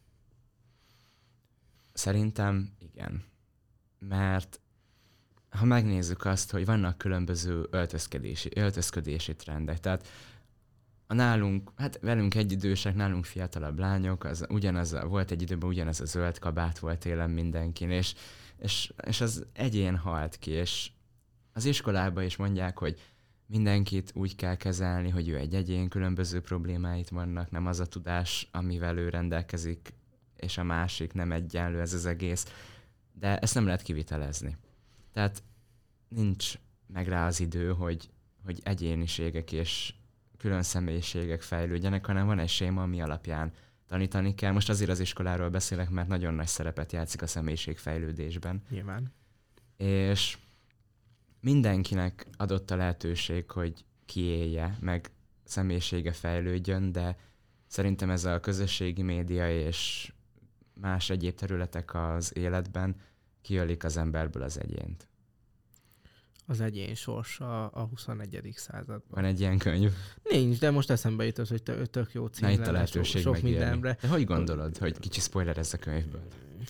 Szerintem igen. Mert ha megnézzük azt, hogy vannak különböző öltözködési, öltözködési trendek, tehát a nálunk, hát velünk egyidősek, nálunk fiatalabb lányok, az ugyanaz, volt egy időben ugyanaz a zöld kabát volt télen mindenkin, és, és, és az egyén halt ki, és az iskolában is mondják, hogy mindenkit úgy kell kezelni, hogy ő egy egyén, különböző problémáit vannak, nem az a tudás, amivel ő rendelkezik, és a másik nem egyenlő ez az egész. De ezt nem lehet kivitelezni. Tehát nincs meg rá az idő, hogy, hogy egyéniségek és külön személyiségek fejlődjenek, hanem van egy séma, ami alapján tanítani kell. Most azért az iskoláról beszélek, mert nagyon nagy szerepet játszik a személyiségfejlődésben. Nyilván. És mindenkinek adott a lehetőség, hogy kiélje, meg személyisége fejlődjön, de szerintem ez a közösségi média és más egyéb területek az életben kiölik az emberből az egyént. Az egyén sorsa a huszonegyedik században. Van egy ilyen könyv? Nincs, de most eszembe jutott, hogy tök, tök jó cím Na, itt lenne, a lehetőség sok, sok megélni. mindenre. De hogy gondolod, hogy kicsi spoiler ez a könyvből?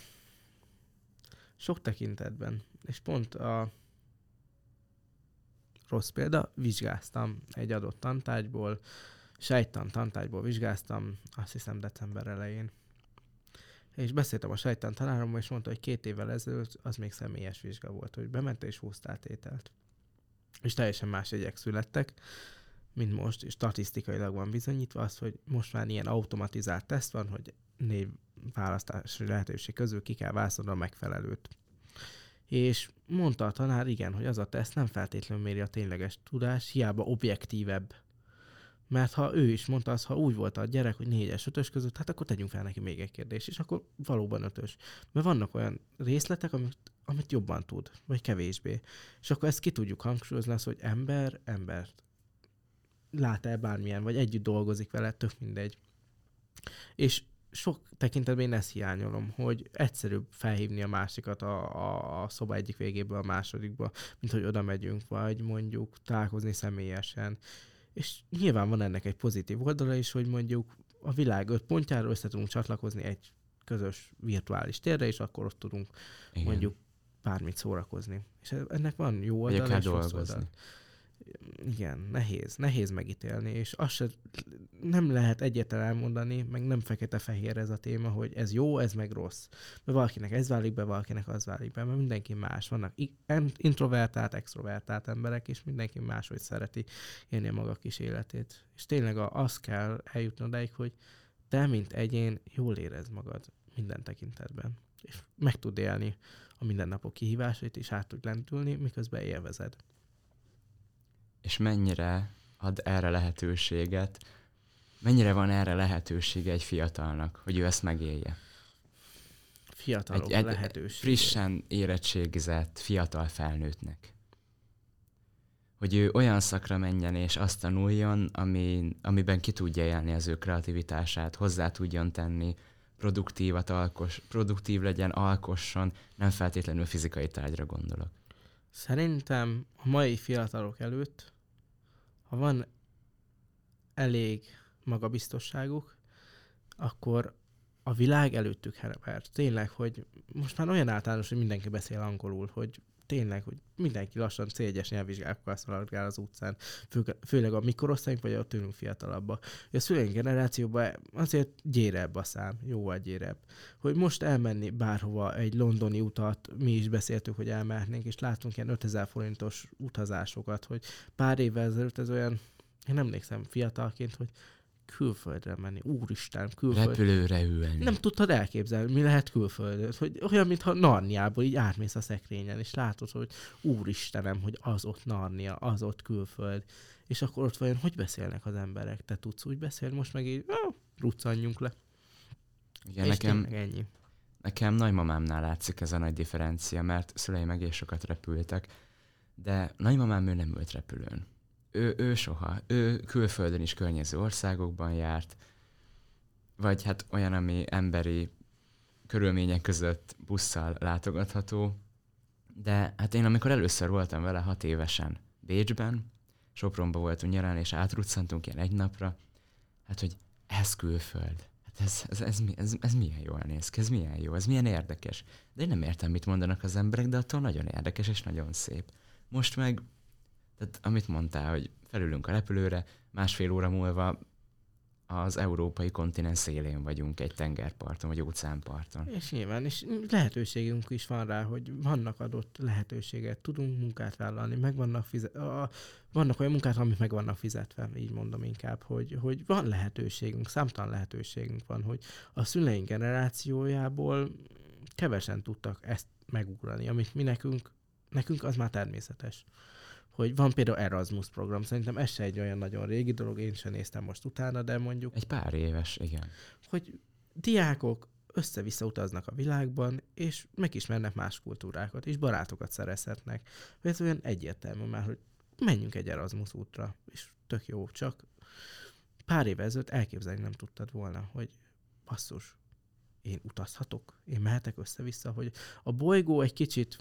Sok tekintetben. És pont a rossz példa, vizsgáztam egy adott tantárgyból, sejttan tantárgyból vizsgáztam, azt hiszem december elején. És beszéltem a sejttan tanárommal, és mondta, hogy két évvel ezelőtt az még személyes vizsga volt, hogy bemente és húztál tételt. És teljesen más jegyek születtek, mint most, és statisztikailag van bizonyítva az, hogy most már ilyen automatizált teszt van, hogy név választási lehetőség közül ki kell választani a megfelelőt. És mondta a tanár, igen, hogy az a teszt nem feltétlenül méri a tényleges tudás, hiába objektívebb. Mert ha ő is mondta azt, ha úgy volt a gyerek, hogy négyes, ötös között, hát akkor tegyünk fel neki még egy kérdést, és akkor valóban ötös. Mert vannak olyan részletek, amit, amit jobban tud, vagy kevésbé. És akkor ezt ki tudjuk hangsúlyozni, az, hogy ember, embert lát el bármilyen, vagy együtt dolgozik vele, tök mindegy. És sok tekintetben én ezt hiányolom, hogy egyszerűbb felhívni a másikat a, a, a szoba egyik végéből a másodikba, mint hogy oda megyünk, vagy mondjuk találkozni személyesen. És nyilván van ennek egy pozitív oldala is, hogy mondjuk a világ öt pontjáról össze tudunk csatlakozni egy közös virtuális térre, és akkor ott tudunk igen. mondjuk bármit szórakozni. És ennek van jó oldala és rossz oldala. Igen, nehéz, nehéz megítélni, és azt se, nem lehet egyetlen elmondani, meg nem fekete-fehér ez a téma, hogy ez jó, ez meg rossz. Mert valakinek ez válik be, valakinek az válik be, mert mindenki más. Vannak introvertált, extrovertált emberek, és mindenki máshogy szereti élni a maga kis életét. És tényleg az kell eljutni odáig, hogy te, mint egyén, jól érezd magad minden tekintetben. És meg tud élni a mindennapok kihívásait, és át tud lentülni, miközben élvezed. És mennyire ad erre lehetőséget, mennyire van erre lehetősége egy fiatalnak, hogy ő ezt megélje? Fiatalok egy, egy lehetősége. Frissen érettségizett fiatal felnőttnek. Hogy ő olyan szakra menjen és azt tanuljon, ami, amiben ki tudja élni az ő kreativitását, hozzá tudjon tenni, produktívat alkos, produktív legyen, alkosson, nem feltétlenül fizikai tárgyra gondolok. Szerintem a mai fiatalok előtt, ha van elég magabiztosságuk, akkor a világ előttük herepert. Tényleg, hogy most már olyan általános, hogy mindenki beszél angolul, hogy tényleg, hogy mindenki lassan cé egyes nyelvvizsgákkal szaladgál az utcán, fő, főleg a mikorosztályunk, vagy a tőlünk fiatalabbak. A szüleink generációban azért gyérebb a szám, jóval gyérebb. Hogy most elmenni bárhova egy londoni utat, mi is beszéltük, hogy elmehetnénk, és látunk ilyen ötezer forintos utazásokat, hogy pár évvel ezelőtt ez olyan, én emlékszem fiatalként, hogy külföldre menni, úristen, külföldre. Repülőre ülni. Nem tudtad elképzelni, mi lehet külföldön. Hogy olyan, mintha Narniából így átmész a szekrényen, és látod, hogy úristenem, hogy az ott Narnia, az ott külföld. És akkor ott vajon hogy beszélnek az emberek? Te tudsz úgy beszélni? Most meg így, ah, ruccanjunk le. Igen, és nekem, ennyi. nekem nagymamámnál látszik ez a nagy differencia, mert szüleim egész sokat repültek, de nagymamám ő nem ült repülőn. Ő, ő soha. Ő külföldön is környező országokban járt, vagy hát olyan, ami emberi körülmények között busszal látogatható. De hát én amikor először voltam vele hat évesen Bécsben, Sopronban voltunk nyarán, és átruccantunk ilyen egy napra, hát hogy ez külföld. Hát ez, ez, ez, ez, ez milyen jól néz ki, ez milyen jó, ez milyen érdekes. De én nem értem, mit mondanak az emberek, de attól nagyon érdekes és nagyon szép. Most meg, tehát amit mondtál, hogy felülünk a repülőre, másfél óra múlva az európai kontinens szélén vagyunk, egy tengerparton, vagy óceánparton. És nyilván, és lehetőségünk is van rá, hogy vannak adott lehetőséget, tudunk munkát vállalni, meg vannak, fizet, a, vannak olyan munkát, amik meg vannak fizetve, így mondom inkább, hogy, hogy van lehetőségünk, számtalan lehetőségünk van, hogy a szüleink generációjából kevesen tudtak ezt megugrani, amit mi nekünk, nekünk az már természetes. Hogy van például Erasmus program, szerintem ez se egy olyan nagyon régi dolog, én sem néztem most utána, de mondjuk... Egy pár éves, igen. Hogy diákok össze-vissza utaznak a világban, és megismernek más kultúrákat, és barátokat szerezhetnek. Ez olyan egyértelmű már, hogy menjünk egy Erasmus útra, és tök jó, csak pár éve ezelőtt elképzelni nem tudtad volna, hogy basszus, én utazhatok, én mehetek össze-vissza, hogy a bolygó egy kicsit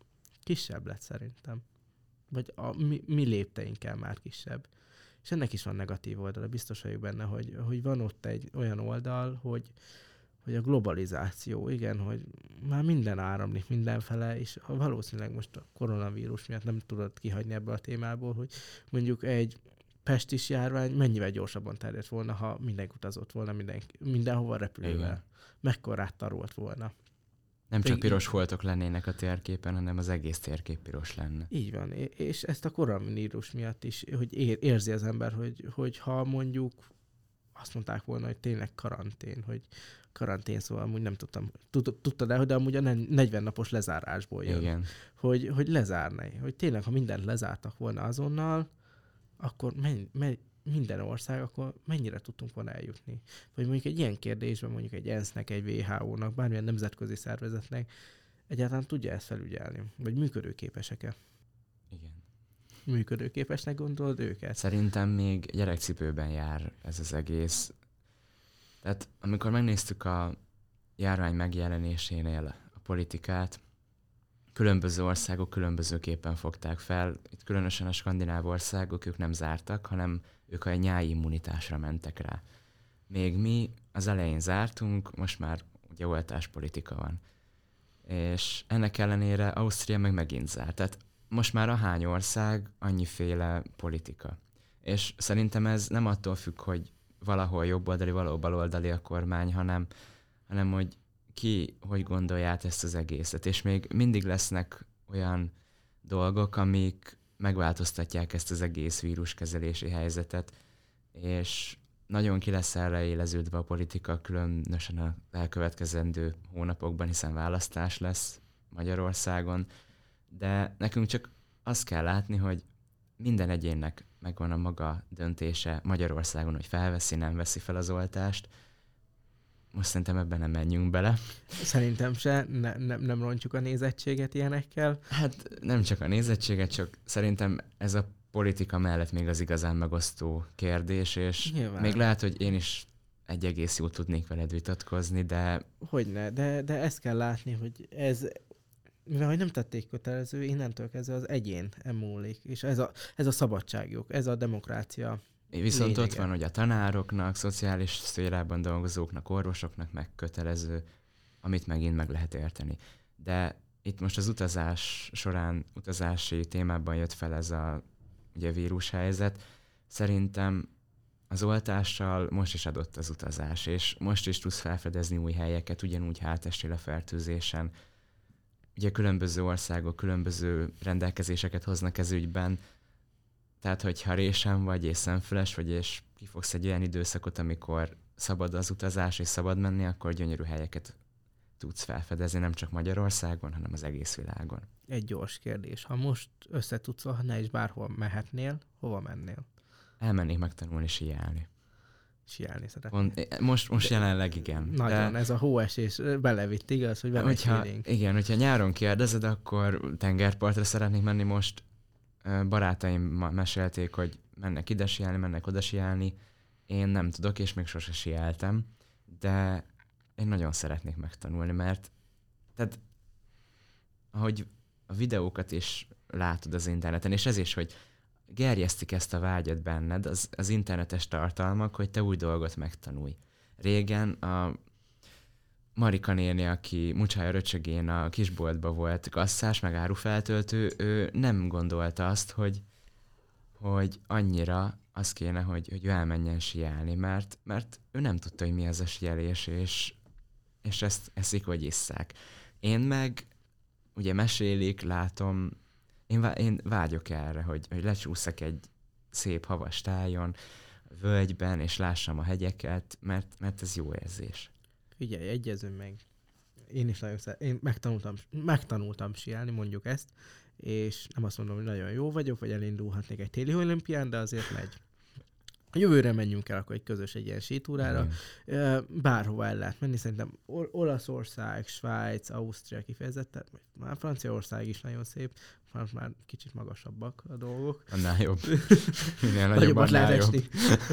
kisebb lett szerintem. Vagy a mi, mi lépteinkkel már kisebb. És ennek is van negatív oldala. Biztos vagyok benne, hogy, hogy van ott egy olyan oldal, hogy, hogy a globalizáció, igen, hogy már minden áramlik mindenfele, és valószínűleg most a koronavírus miatt nem tudod kihagyni ebből a témából, hogy mondjuk egy pestis járvány mennyivel gyorsabban terjedt volna, ha mindenki utazott volna minden, mindenhova repülővel. Igen. Mekkorát tarolt volna. Nem csak piros foltok lennének a térképen, hanem az egész térkép piros lenne. Így van, és ezt a koronavírus miatt is, hogy érzi az ember, hogy, hogy ha mondjuk azt mondták volna, hogy tényleg karantén, hogy karantén, szóval amúgy nem tudtam, tudtad el, de amúgy a negyven napos lezárásból jön. Igen. Hogy, hogy lezárni, hogy tényleg, ha mindent lezártak volna azonnal, akkor menj, menj, minden ország, akkor mennyire tudtunk volna eljutni? Vagy mondjuk egy ilyen kérdésben, mondjuk egy ENSZ-nek, egy vé há ó-nak, bármilyen nemzetközi szervezetnek egyáltalán tudja ezt felügyelni? Vagy működőképesek-e? Igen. Működőképesnek gondolod őket? Szerintem még gyerekcipőben jár ez az egész. Tehát amikor megnéztük a járvány megjelenésénél a politikát, különböző országok különbözőképpen fogták fel. Itt különösen a skandináv országok, ők nem zártak, hanem ők a nyári immunitásra mentek rá. Még mi az elején zártunk, most már ugye oltáspolitika van. És ennek ellenére Ausztria meg megint zárt. Tehát most már a hány ország, annyiféle politika. És szerintem ez nem attól függ, hogy valahol jobboldali, valahol baloldali a kormány, hanem, hanem hogy ki hogy gondolja át ezt az egészet. És még mindig lesznek olyan dolgok, amik megváltoztatják ezt az egész víruskezelési helyzetet, és nagyon ki lesz erre éleződve a politika, különösen az elkövetkezendő hónapokban, hiszen választás lesz Magyarországon, de nekünk csak azt kell látni, hogy minden egyénnek megvan a maga döntése Magyarországon, hogy felveszi, nem veszi fel az oltást. Most szerintem ebben nem menjünk bele. Szerintem se, ne, ne, nem rontjuk a nézettséget ilyenekkel. Hát nem csak a nézettséget, csak szerintem ez a politika mellett még az igazán megosztó kérdés, és nyilván. Még lehet, hogy én is egy egész jót tudnék veled vitatkozni, de... Hogyne, de, de ezt kell látni, hogy ez, mivel hogy nem tették kötelező, innentől kezdve az egyén múlik, és ez a, ez a szabadságjog, ez a demokrácia. Viszont lényege. Ott van, hogy a tanároknak, szociális szférában dolgozóknak, orvosoknak meg kötelező, amit megint meg lehet érteni. De itt most az utazás során, utazási témában jött fel ez a ugye, vírushelyzet. Szerintem az oltással most is adott az utazás, és most is tudsz felfedezni új helyeket, ugyanúgy hátestél a fertőzésen. Ugye különböző országok különböző rendelkezéseket hoznak ez ügyben, tehát hogyha résen vagy és szemfüles vagy, és kifogsz egy olyan időszakot, amikor szabad az utazás és szabad menni, akkor gyönyörű helyeket tudsz felfedezni, nem csak Magyarországon, hanem az egész világon. Egy gyors kérdés. Ha most össze tudsz rohanni, és bárhol mehetnél, hova mennél? Elmennék megtanulni síelni. Síelni szeretnél. Pont, most, most jelenleg igen. Nagyon, de ez a hóesés belevitt, igaz, hogy vele hogyha, igen, hogyha nyáron kérdezed, akkor tengerpartra szeretnék menni most. Barátaim mesélték, hogy mennek ide síelni, mennek oda síelni. Én nem tudok, és még sose síeltem, de én nagyon szeretnék megtanulni, mert tehát, ahogy a videókat is látod az interneten, és ez is, hogy gerjesztik ezt a vágyat benned, az, az internetes tartalmak, hogy te új dolgot megtanulj. Régen a Marika néni, aki Mucsája Röcsögén a kisboltban volt kasszás, meg árufeltöltő, ő nem gondolta azt, hogy, hogy annyira az kéne, hogy, hogy ő elmenjen síelni, mert, mert ő nem tudta, hogy mi az a síelés, és, és ezt eszik, vagy isszák. Én meg ugye mesélik, látom, én, vá- én vágyok erre, hogy, hogy lecsúszak egy szép havas tájon, völgyben, és lássam a hegyeket, mert, mert ez jó érzés. Figyelj, egyezünk meg. Én is nagyon szeret, én megtanultam, megtanultam síelni, mondjuk ezt, és nem azt mondom, hogy nagyon jó vagyok, vagy elindulhatnék egy téli olimpián, de azért megy. Jövőre menjünk el akkor egy közös egy ilyen sétúrára. Mm. Bárhova el lehet menni, szerintem Or- Olaszország, Svájc, Ausztria kifejezetten, már Franciaország is nagyon szép, már, már kicsit magasabbak a dolgok. Annál jobb. Minél nagyobb, annál lehet jobb. esni.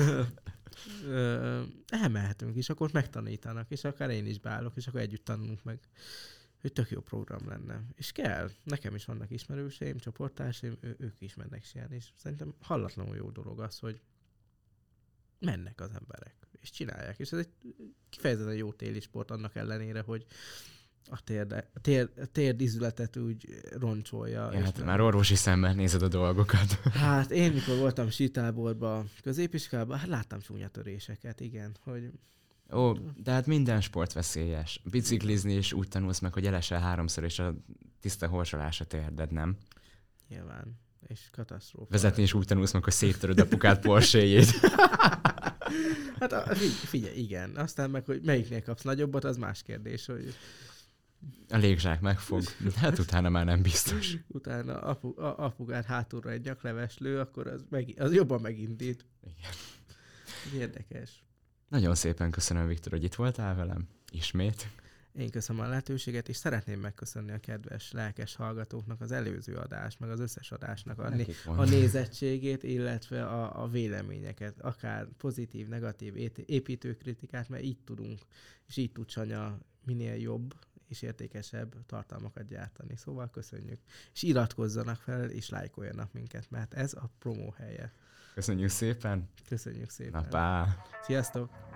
Elmehetünk, és akkor megtanítanak, és akár én is beállok, és akkor együtt tanulunk meg. Hogy tök jó program lenne. És kell. Nekem is vannak ismerőseim, csoporttársaim, ő, ők is mennek síelni, és szerintem hallatlanul jó dolog az, hogy mennek az emberek, és csinálják. És ez egy kifejezetten jó téli sport annak ellenére, hogy a térd, a térd, a térd izületet úgy roncsolja. Ja, hát nem... már orvosi szemmel nézed a dolgokat. Hát én mikor voltam sítáborban, középiskolában, hát láttam csúnyatöréseket, igen, hogy... Ó, de hát minden sport veszélyes. Biciklizni is úgy tanulsz meg, hogy elesel háromszor, és a tiszta horsolás a térded, nem? Nyilván. És katasztrófa. Vezetni is úgy tanulsz meg, hogy széttöröd apukát Porsche-jét. Hát a, figyelj, igen. Aztán meg, hogy melyiknél kapsz nagyobbat, az más kérdés, hogy... A légzsák megfog. Hát utána már nem biztos. Utána apu, a, apukát hátulra egy nyakleveslő, akkor az, meg, az jobban megindít. Igen. Érdekes. Nagyon szépen köszönöm, Viktor, hogy itt voltál velem. Ismét. Én köszönöm a lehetőséget, és szeretném megköszönni a kedves, lelkes hallgatóknak az előző adás, meg az összes adásnak a, né- a nézettségét, illetve a, a véleményeket, akár pozitív, negatív, építőkritikát, mert így tudunk, és így tud Sanya minél jobb és értékesebb tartalmakat gyártani. Szóval köszönjük. És iratkozzanak fel, és lájkoljanak minket, mert ez a promó helye. Köszönjük szépen. Köszönjük szépen. Na pá. Sziasztok!